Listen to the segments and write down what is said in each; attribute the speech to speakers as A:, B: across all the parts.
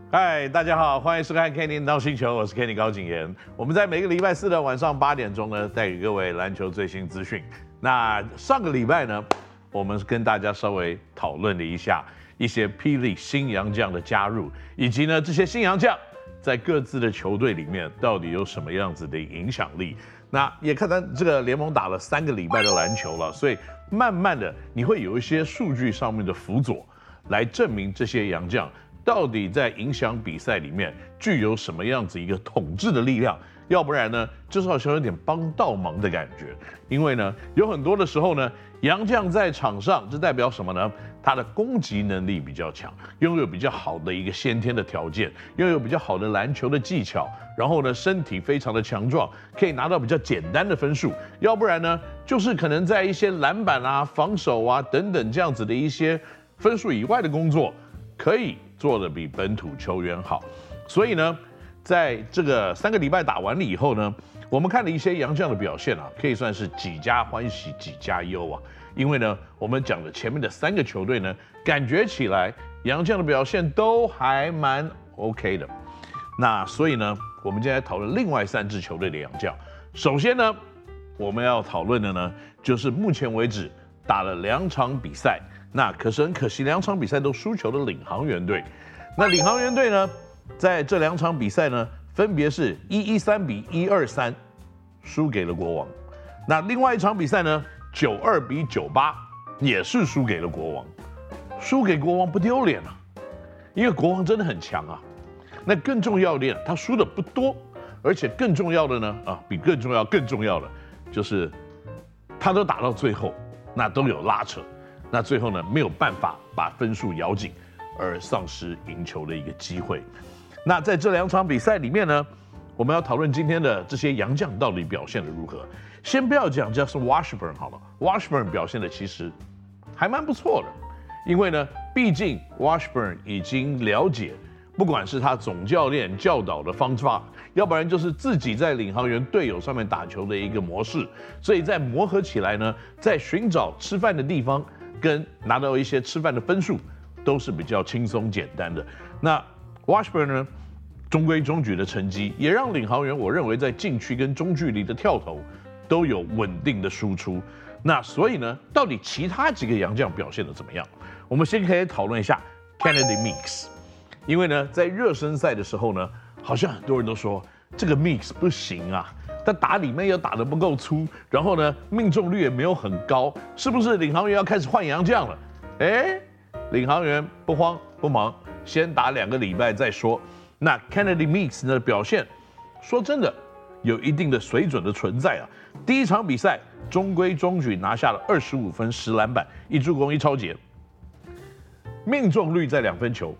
A: 嗨，大家好，欢迎收看 Kenny 闹星球，我是 Kenny 高景言。我们在每个礼拜四的晚上8点钟呢，带给各位篮球最新资讯。那上个礼拜呢，我们跟大家稍微讨论了一下一些霹雳新洋将的加入，以及呢这些新洋将在各自的球队里面到底有什么样子的影响力。那也看到这个联盟打了3个礼拜的篮球了，所以慢慢的你会有一些数据上面的辅佐，来证明这些洋将到底在影响比赛里面具有什么样子一个统治的力量，要不然呢，就是好像有点帮倒忙的感觉。因为呢，有很多的时候呢，洋将在场上，这代表什么呢？他的攻击能力比较强，拥有比较好的一个先天的条件，拥有比较好的篮球的技巧，然后呢，身体非常的强壮，可以拿到比较简单的分数。要不然呢，就是可能在一些篮板啊、防守啊等等这样子的一些分数以外的工作，可以做得比本土球员好。所以呢，在这个3个礼拜打完了以后呢，我们看了一些洋将的表现啊，可以算是几家欢喜几家忧啊。因为呢，我们讲的前面的3个球队呢，感觉起来洋将的表现都还蛮 OK 的。那所以呢，我们今天来讨论另外3支球队的洋将。首先呢，我们要讨论的呢，就是目前为止打了2场比赛，那可是很可惜2场比赛都输球的领航员队。那领航员队呢，在这2场比赛呢，分别是113比123输给了国王。那另外一场比赛呢，92比98也是输给了国王。输给国王不丢脸啊，因为国王真的很强啊。那更重要的，他输的不多，而且更重要的呢，比更重要的就是他都打到最后，那都有拉扯，那最后呢没有办法把分数咬紧，而丧失赢球的一个机会。那在这2场比赛里面呢，我们要讨论今天的这些洋将到底表现得如何。先不要讲Justin Washburn 好了 ，Washburn 表现的其实还蛮不错的，因为呢，毕竟 Washburn 已经了解，不管是他总教练教导的方法，要不然就是自己在领航员队友上面打球的一个模式，所以在磨合起来呢，在寻找吃饭的地方跟拿到一些吃饭的分数，都是比较轻松简单的。那 Washburn 呢，中规中矩的成绩，也让领航员我认为在禁区跟中距离的跳投都有稳定的输出。那所以呢，到底其他几个洋将表现得怎么样？我们先可以讨论一下 Kennedy Meeks， 因为呢，在热身赛的时候呢，好像很多人都说这个 Meeks 不行啊，他打里面又打得不够粗，然后呢，命中率也没有很高，是不是领航员要开始换洋将了？领航员不慌不忙，先打2个礼拜再说。那 Kennedy Meeks 的表现，说真的，有一定的水准的存在啊。第1场比赛中规中矩拿下了25分、10篮板、1助攻、1抄截，命中率在2分球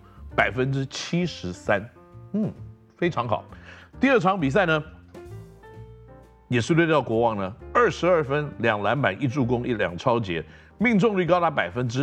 A: 73%，非常好。第2场比赛呢，也是对到国王呢，22分、2篮板、1助攻、2抄截，命中率高达80%。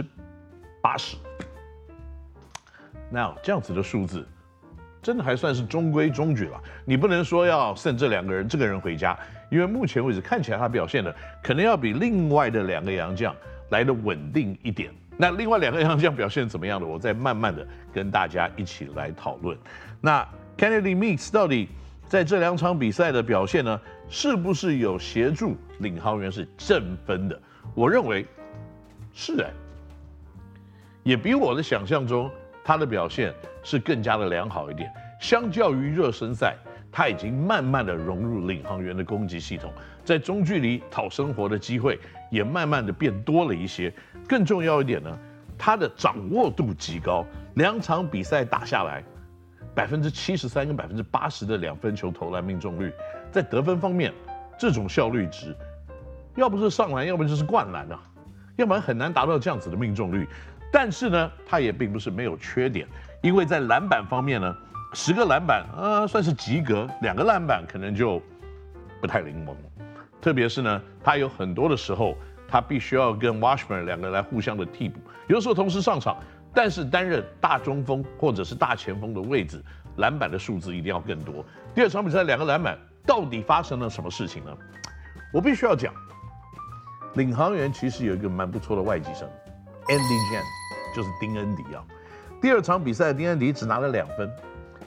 A: 那这样子的数字，真的还算是中规中矩了。你不能说要剩这2个人，这个人回家，因为目前为止看起来他表现的可能要比另外的2个洋将来的稳定一点。那另外2个洋将表现怎么样的，我再慢慢的跟大家一起来讨论。那 Kennedy Meeks 到底在这2场比赛的表现呢，是不是有协助领航员是正分的？我认为是也比我的想象中他的表现是更加的良好一点。相较于热身赛，他已经慢慢的融入领航员的攻击系统，在中距离讨生活的机会也慢慢的变多了一些。更重要一点呢，他的掌握度极高，2场比赛打下来，73%跟80%的2分球投篮命中率，在得分方面，这种效率值，要不是上篮，要不就是灌篮啊，要不然很难达到这样子的命中率。但是呢，他也并不是没有缺点，因为在篮板方面呢，10个篮板算是及格，2个篮板可能就不太灵猛。特别是呢，他有很多的时候，他必须要跟 Washburn 2个来互相的替补，有的时候同时上场，但是担任大中锋或者是大前锋的位置，篮板的数字一定要更多。第2场比赛2个篮板，到底发生了什么事情呢？我必须要讲，领航员其实有一个蛮不错的外籍生 ，Andy Jan， 就是丁恩迪啊。第2场比赛，丁恩迪只拿了2分，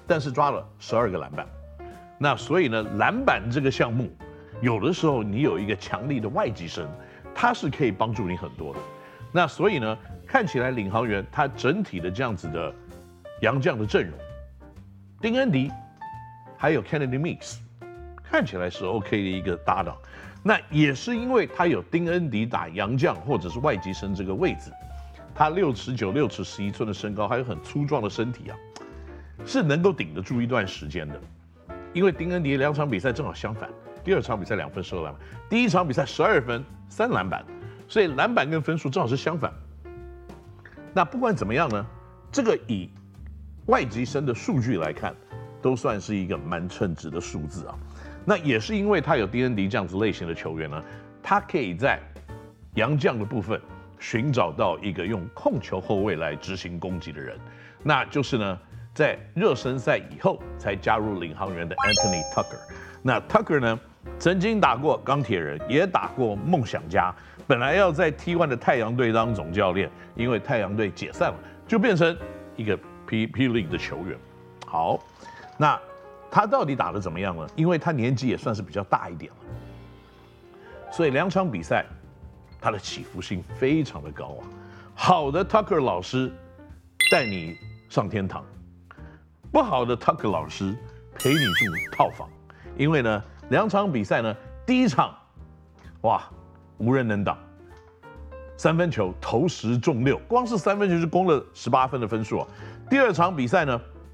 A: 但是抓了12个篮板。那所以呢，篮板这个项目，有的时候你有一个强力的外籍生，他是可以帮助你很多的。那所以呢，看起来领航员他整体的这样子的洋将的阵容，丁恩迪还有 Kennedy Meeks， 看起来是 OK 的一个搭档。那也是因为他有丁恩迪打洋将或者是外籍生这个位置，他6尺9、6尺11寸的身高，还有很粗壮的身体啊，是能够顶得住一段时间的。因为丁恩迪2场比赛正好相反，第2场比赛2分12篮板，第1场比赛12分3篮板，所以篮板跟分数正好是相反。那不管怎么样呢，这个以外籍生的数据来看，都算是一个蛮称职的数字啊。那也是因为他有丁恩迪这样子类型的球员呢，他可以在洋将的部分寻找到一个用控球后卫来执行攻击的人，那就是呢，在热身赛以后才加入领航员的 Anthony Tucker。那 Tucker 呢，曾经打过钢铁人，也打过梦想家，本来要在 T1 的太阳队当总教练，因为太阳队解散了，就变成一个 P League 的球员。好，那他到底打得怎么样呢？因为他年纪也算是比较大一点了，所以2场比赛他的起伏性非常的高啊。好的 Tucker 老师带你上天堂，不好的 Tucker 老师陪你住套房。因为呢，2场比赛呢，第1场，哇，无人能挡，3分球投10中6，光是3分球就攻了18分的分数啊。第2场比赛呢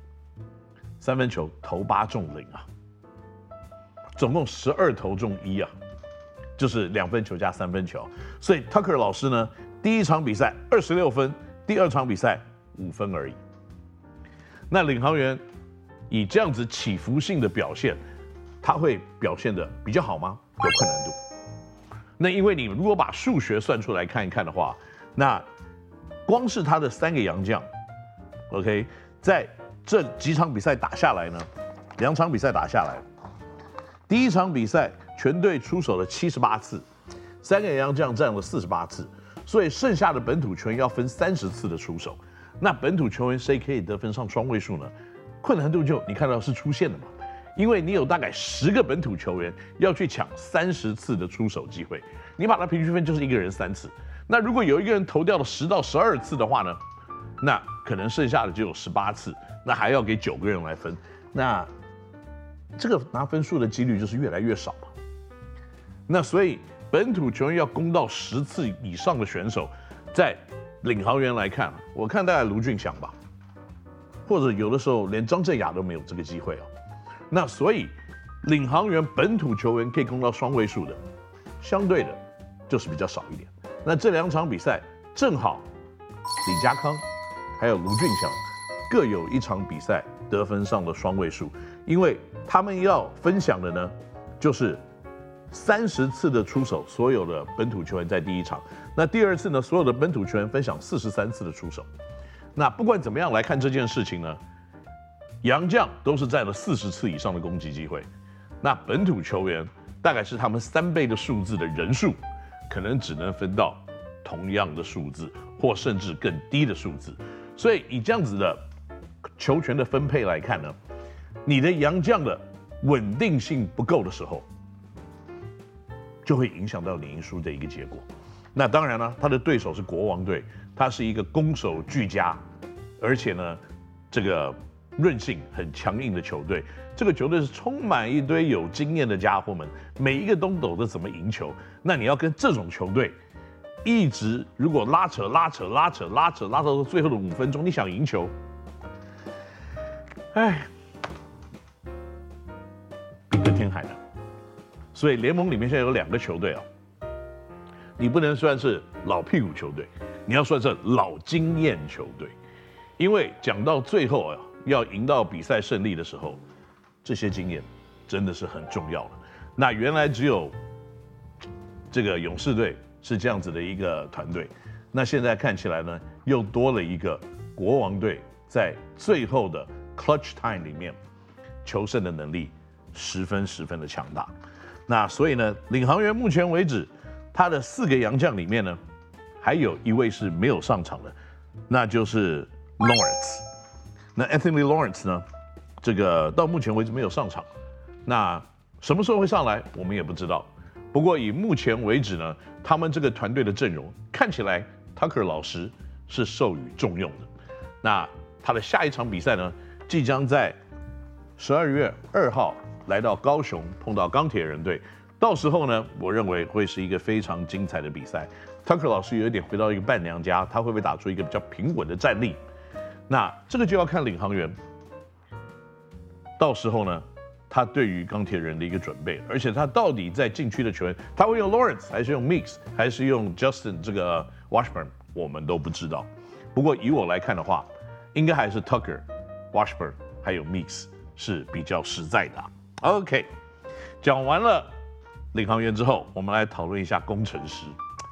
A: ，3分球投8中0啊，总共12投中1啊，就是2分球加3分球。所以 Tucker 老师呢，第1场比赛26分，第2场比赛5分而已。那领航员以这样子起伏性的表现，他会表现得比较好吗？有困难度。那因为你如果把数学算出来看一看的话，那光是他的3个洋将 ，OK， 在这几场比赛打下来呢，2场比赛打下来，第1场比赛全队出手了78次，3个洋将占了48次，所以剩下的本土球员要分30次的出手。那本土球员谁可以得分上双位数呢？困难度就你看到是出现的嘛，因为你有大概10个本土球员要去抢30次的出手机会，你把它平均分就是1个人3次。那如果有一个人投掉了10到12次的话呢，那可能剩下的只有18次，那还要给9个人来分，那这个拿分数的几率就是越来越少嘛。那所以本土球员要攻到10次以上的选手，在领航员来看，我看大概卢俊祥吧，或者有的时候连张镇雅都没有这个机会哦。那所以领航员本土球员可以攻到双位数的，相对的就是比较少一点。那这2场比赛正好李家康还有卢俊祥各有1场比赛得分上的双位数，因为他们要分享的呢，就是30次的出手，所有的本土球员在第1场。那第2次呢，所有的本土球员分享43次的出手。那不管怎么样来看这件事情呢，洋将都是占了40次以上的攻击机会，那本土球员大概是他们3倍的数字的人数，可能只能分到同样的数字，或甚至更低的数字。所以以这样子的球权的分配来看呢，你的洋将的稳定性不够的时候，就会影响到你赢输的一个结果。那当然了，他的对手是国王队，他是一个攻守俱佳，而且呢，这个韧性很强硬的球队。这个球队是充满一堆有经验的家伙们，每一个都懂得怎么赢球。那你要跟这种球队一直如果拉扯到最后的5分钟，你想赢球，比隔天还难。所以联盟里面现在有2个球队啊，你不能算是老屁股球队，你要算是老经验球队。因为讲到最后啊，要赢到比赛胜利的时候，这些经验真的是很重要的。那原来只有这个勇士队是这样子的一个团队，那现在看起来呢，又多了一个国王队，在最后的 clutch time 里面求胜的能力十分的强大。那所以呢，领航员目前为止，他的4个洋将里面呢，还有1位是没有上场的，那就是 Lawrence。那 Anthony Lawrence 呢， 这个到目前为止没有上场。那什么时候会上来，我们也不知道。不过以目前为止呢，他们这个团队的阵容看起来 ，Tucker 老师是授予重用的。那他的下一场比赛呢，即将在12月2号来到高雄碰到钢铁人队。到时候呢，我认为会是一个非常精彩的比赛。Tucker 老师有一点回到一个半娘家，他会不会打出一个比较平稳的战力？那这个就要看领航员。到时候呢，他对于钢铁人的一个准备，而且他到底在禁区的球员，他会用 Lawrence 还是用 Mix 还是用 Justin 这个 Washburn， 我们都不知道。不过以我来看的话，应该还是 Tucker、Washburn 还有 Mix 是比较实在的。OK， 讲完了领航员之后，我们来讨论一下工程师。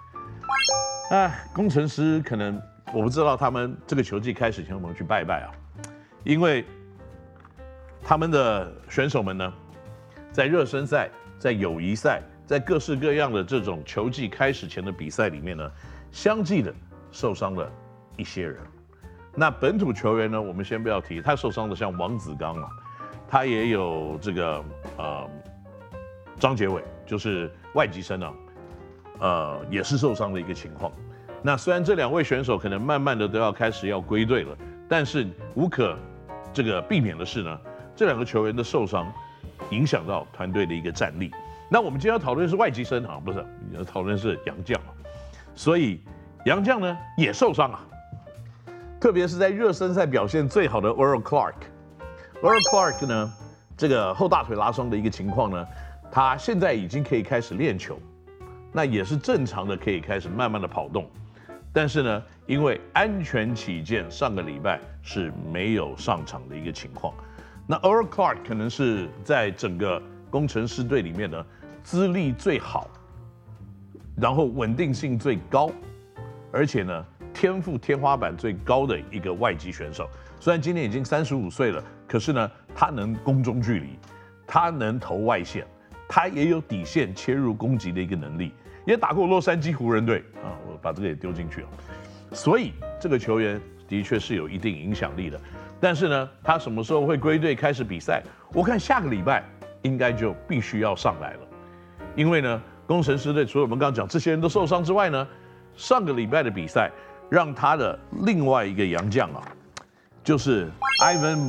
A: 工程师可能我不知道他们这个球季开始前有没有去拜拜啊，因为他们的选手们呢，在热身赛、在友谊赛、在各式各样的这种球季开始前的比赛里面呢，相继的受伤了一些人。那本土球员呢，我们先不要提，他受伤的像王子刚啊，他也有这个张杰伟，就是外籍生啊，也是受伤的一个情况。那虽然这两位选手可能慢慢的都要开始要归队了，但是无可这个避免的是呢，这两个球员的受伤影响到团队的一个战力。那我们今天要讨论的是外籍生啊，不是讨论的是洋将啊，所以洋将呢也受伤啊，特别是在热身赛表现最好的 Earl Clark。Earl Clark 呢，这个后大腿拉伤的一个情况呢，他现在已经可以开始练球，那也是正常的，可以开始慢慢的跑动。但是呢，因为安全起见，上个礼拜是没有上场的一个情况。那 Earl Clark 可能是在整个工程师队里面呢，资历最好，然后稳定性最高，而且呢，天花板最高的一个外籍选手。虽然今年已经35岁了，可是呢，他能攻中距离，他能投外线，他也有底线切入攻击的一个能力，也打过洛杉矶湖人队啊，我把这个也丢进去了。所以这个球员的确是有一定影响力的。但是呢，他什么时候会归队开始比赛？我看下个礼拜应该就必须要上来了，因为呢，工程师队除了我们刚刚讲这些人都受伤之外呢，上个礼拜的比赛让他的另外一个洋将啊，就是 Ivan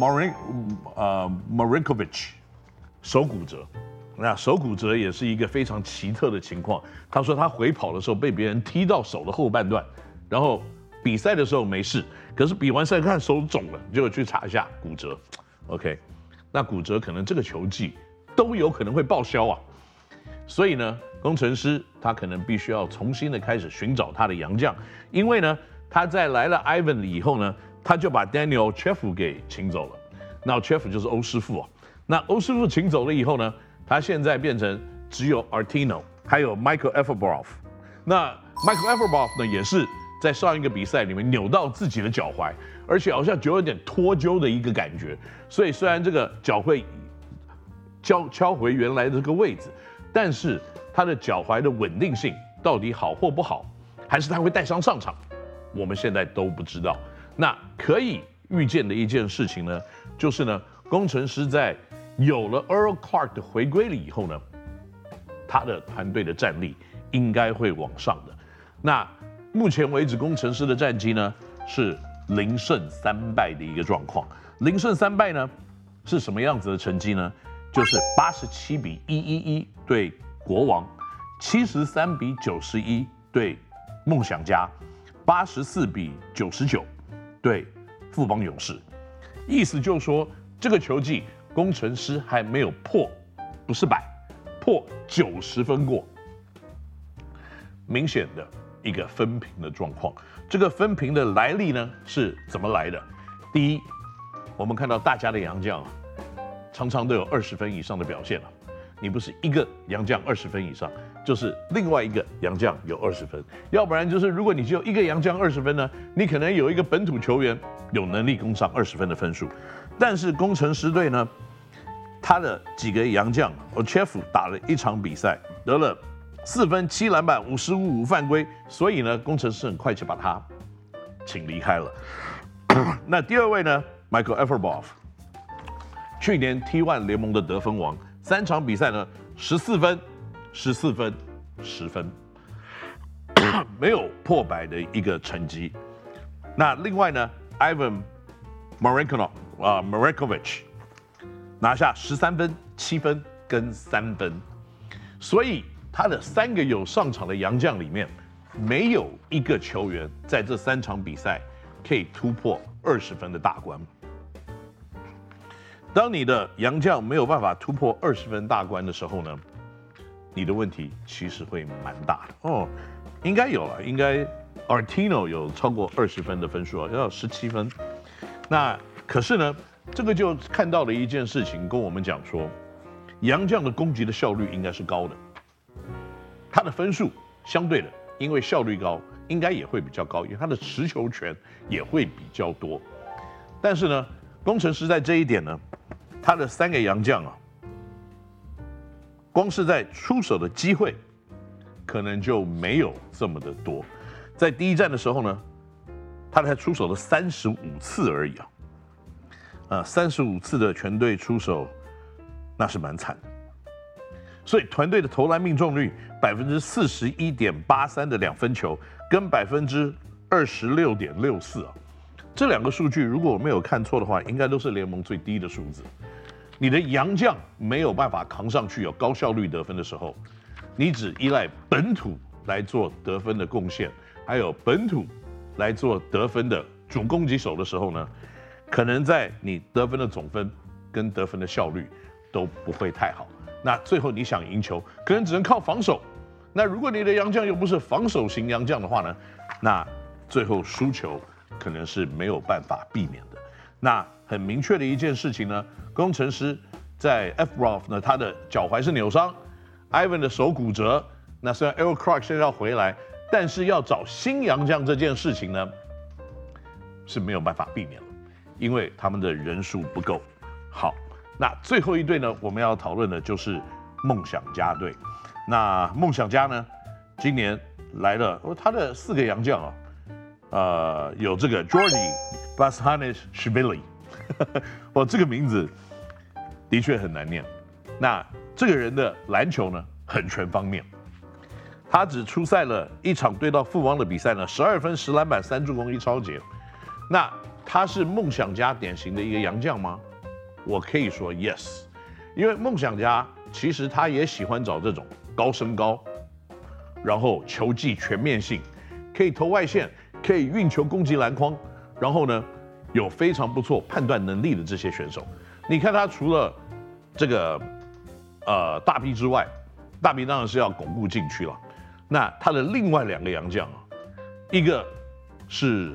A: Marinkovic 手骨折。那手骨折也是一个非常奇特的情况。他说他回跑的时候被别人踢到手的后半段，然后比赛的时候没事，可是比完赛看手肿了，结果去查一下骨折。OK， 那骨折可能这个球季都有可能会报销啊。所以呢，工程师他可能必须要重新的开始寻找他的洋将，因为呢，他在来了 Ivan 以后呢，他就把 Daniel Chef 给请走了。那 Chef 就是欧师傅啊。那欧师傅请走了以后呢，他现在变成只有 Artino 还有 Michael Efferbroff。那 Michael Efferbroff 呢，也是在上一个比赛里面扭到自己的脚踝，而且好像就有点脱臼的一个感觉。所以虽然这个脚会敲回原来的这个位置，但是他的脚踝的稳定性到底好或不好，还是他会带伤上场，我们现在都不知道。那可以预见的一件事情呢，就是呢，工程师在有了 Earl Clark 的回归了以后呢，他的团队的战力应该会往上的。那目前为止，工程师的战绩呢是0胜3败的一个状况。0胜3败呢是什么样子的成绩呢？就是87比111对国王，73比91对梦想家，84比99对富邦勇士。意思就是说，这个球季工程师还没有破，不是100，破90分过。明显的一个分平的状况。这个分平的来历呢是怎么来的？第一，我们看到大家的洋将啊，常常都有20分以上的表现了。你不是一个洋将20分以上，就是另外一个洋将有20分，要不然就是如果你只有一个洋将20分呢，你可能有一个本土球员有能力攻上20分的分数。但是工程师队呢，他的几个洋将 Chef 打了一场比赛，得了4分7篮板5失误5犯规，所以呢，工程师很快就把他请离开了。那第二位呢 ，Michael Efferbroff， 去年 T1 联盟的得分王，3场比赛呢14分、14分、10分，没有破百的一个成绩。那另外呢 ，Ivan Marinkovic 拿下13分、7分跟3分，所以他的3个有上场的洋将里面，没有一个球员在这3场比赛可以突破20分的大关。当你的洋将没有办法突破20分大关的时候呢，你的问题其实会蛮大的哦。应该有了，应该 Artino 有超过20分的分数啊，要17分。那可是呢，这个就看到了一件事情，跟我们讲说，洋将的攻击的效率应该是高的，他的分数相对的，因为效率高，应该也会比较高，因为他的持球权也会比较多。但是呢，工程师在这一点呢，他的3个洋将啊，光是在出手的机会，可能就没有这么的多。在第一战的时候呢，他才出手了35次而已啊，35次的全队出手，那是蛮惨的。所以团队的投篮命中率41.83%的2分球，跟26.64%啊，这2个数据如果我没有看错的话，应该都是联盟最低的数字。你的洋将没有办法扛上去有高效率得分的时候，你只依赖本土来做得分的贡献，还有本土来做得分的主攻击手的时候呢，可能在你得分的总分跟得分的效率都不会太好。那最后你想赢球，可能只能靠防守。那如果你的洋将又不是防守型洋将的话呢，那最后输球可能是没有办法避免的。那很明确的一件事情呢，工程师在 Efrof 呢，他的脚踝是扭伤 ，Ivan 的手骨折。那虽然 Errol Clark 现在要回来，但是要找新洋将这件事情呢，是没有办法避免了，因为他们的人数不够。好，那最后一队呢，我们要讨论的就是梦想家队。那梦想家呢，今年来了他的4个洋将啊，有这个 Georgi Bashanishvili， 这个名字的确很难念。那这个人的篮球呢，很全方面。他只出赛了1场对到富邦的比赛呢，12分、10篮板、3助攻、1抄截。那他是梦想家典型的一个洋将吗？我可以说 yes， 因为梦想家其实他也喜欢找这种高身高，然后球技全面性，可以投外线，可以运球攻击篮筐，然后呢有非常不错判断能力的这些选手。你看他除了这个大 B 之外，大 B 当然是要巩固禁区了。那他的另外2个洋将啊，一个是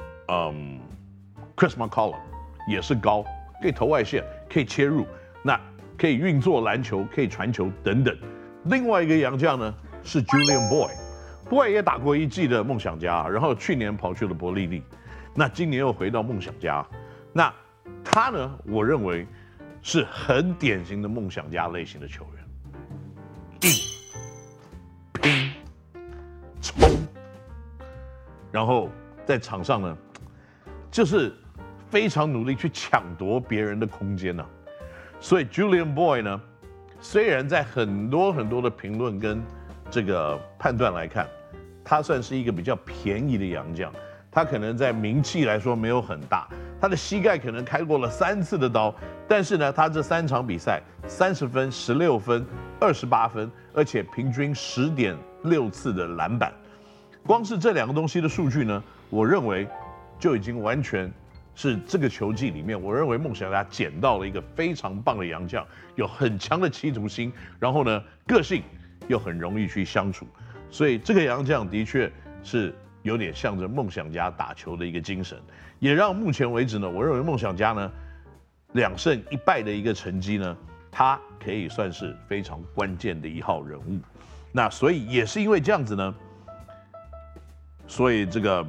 A: Chris McCollum， 也是高，可以投外线，可以切入，那可以运作篮球，可以传球等等。另外一个洋将呢是 Julian Boy 也打过1季的梦想家，然后去年跑去了伯利利，那今年又回到梦想家。那他呢，我认为是很典型的梦想家类型的球员，硬、拼、冲，然后在场上呢，就是非常努力去抢夺别人的空间呢。所以 Julian Boy 呢，虽然在很多的评论跟这个判断来看，他算是一个比较便宜的洋将，他可能在名气来说没有很大，他的膝盖可能开过了3次的刀，但是呢，他这3场比赛30分、16分、28分，而且平均10.6次的篮板，光是这2个东西的数据呢，我认为就已经完全是这个球季里面，我认为梦想家捡到了一个非常棒的洋将，有很强的企图心，然后呢，个性又很容易去相处，所以这个洋将的确是有点向着梦想家打球的一个精神，也让目前为止呢，我认为梦想家呢2胜1败的一个成绩呢，他可以算是非常关键的1号人物。那所以也是因为这样子呢，所以这个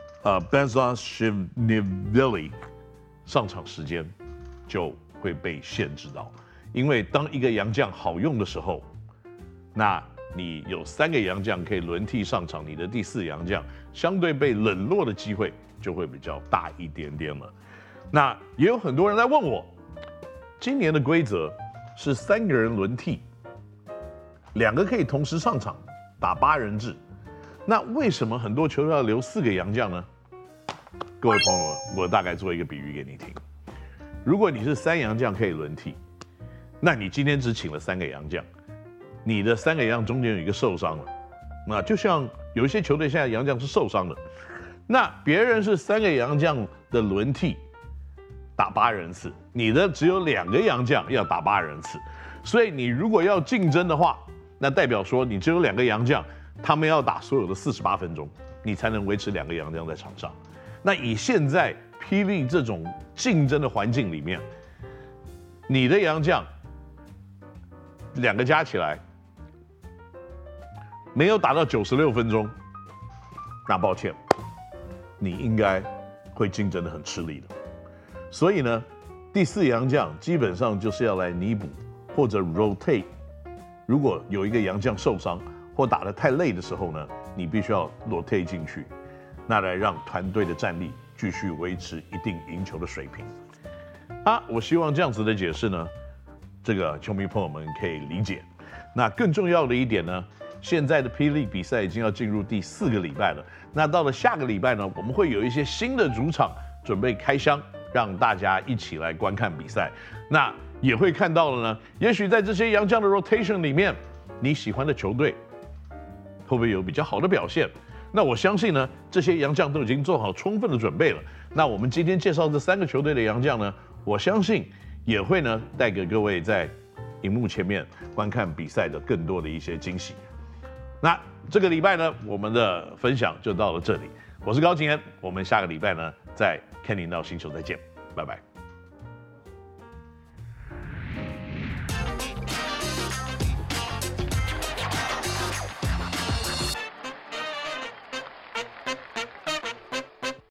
A: Bashanishvili 上场时间就会被限制到，因为当一个洋将好用的时候，那你有3个洋将可以轮替上场，你的第4洋将相对被冷落的机会就会比较大一点点了。那也有很多人在问我， 今年的规则是3个人轮替，2个可以同时上场，打8人制。那为什么很多球队要留4个洋将呢？各位朋友，我大概做一个比喻给你听。如果你是3洋将可以轮替，那你今天只请了3个洋将，你的3个洋将中间有一个受伤了，那就像有一些球队现在洋将是受伤的，那别人是3个洋将的轮替，打8人次，你的只有2个洋将要打8人次，所以你如果要竞争的话，那代表说你只有2个洋将，他们要打所有的48分钟，你才能维持2个洋将在场上。那以现在霹雳这种竞争的环境里面，你的洋将2个加起来没有打到96分钟，那抱歉，你应该会竞争得很吃力的。所以呢，第4洋将基本上就是要来弥补或者 rotate。如果有一个洋将受伤或打得太累的时候呢，你必须要 rotate 进去，那来让团队的战力继续维持一定赢球的水平。我希望这样子的解释呢，这个球迷朋友们可以理解。那更重要的一点呢，现在的霹雳比赛已经要进入第4个礼拜了。那到了下个礼拜呢，我们会有一些新的主场准备开箱，让大家一起来观看比赛。那也会看到了呢，也许在这些洋将的 rotation 里面，你喜欢的球队会不会有比较好的表现？那我相信呢，这些洋将都已经做好充分的准备了。那我们今天介绍这3个球队的洋将呢，我相信也会呢带给各位在荧幕前面观看比赛的更多的一些惊喜。那这个礼拜呢，我们的分享就到了这里。我是高景言，我们下个礼拜呢，在 Kenny NOW 星球再见，拜拜。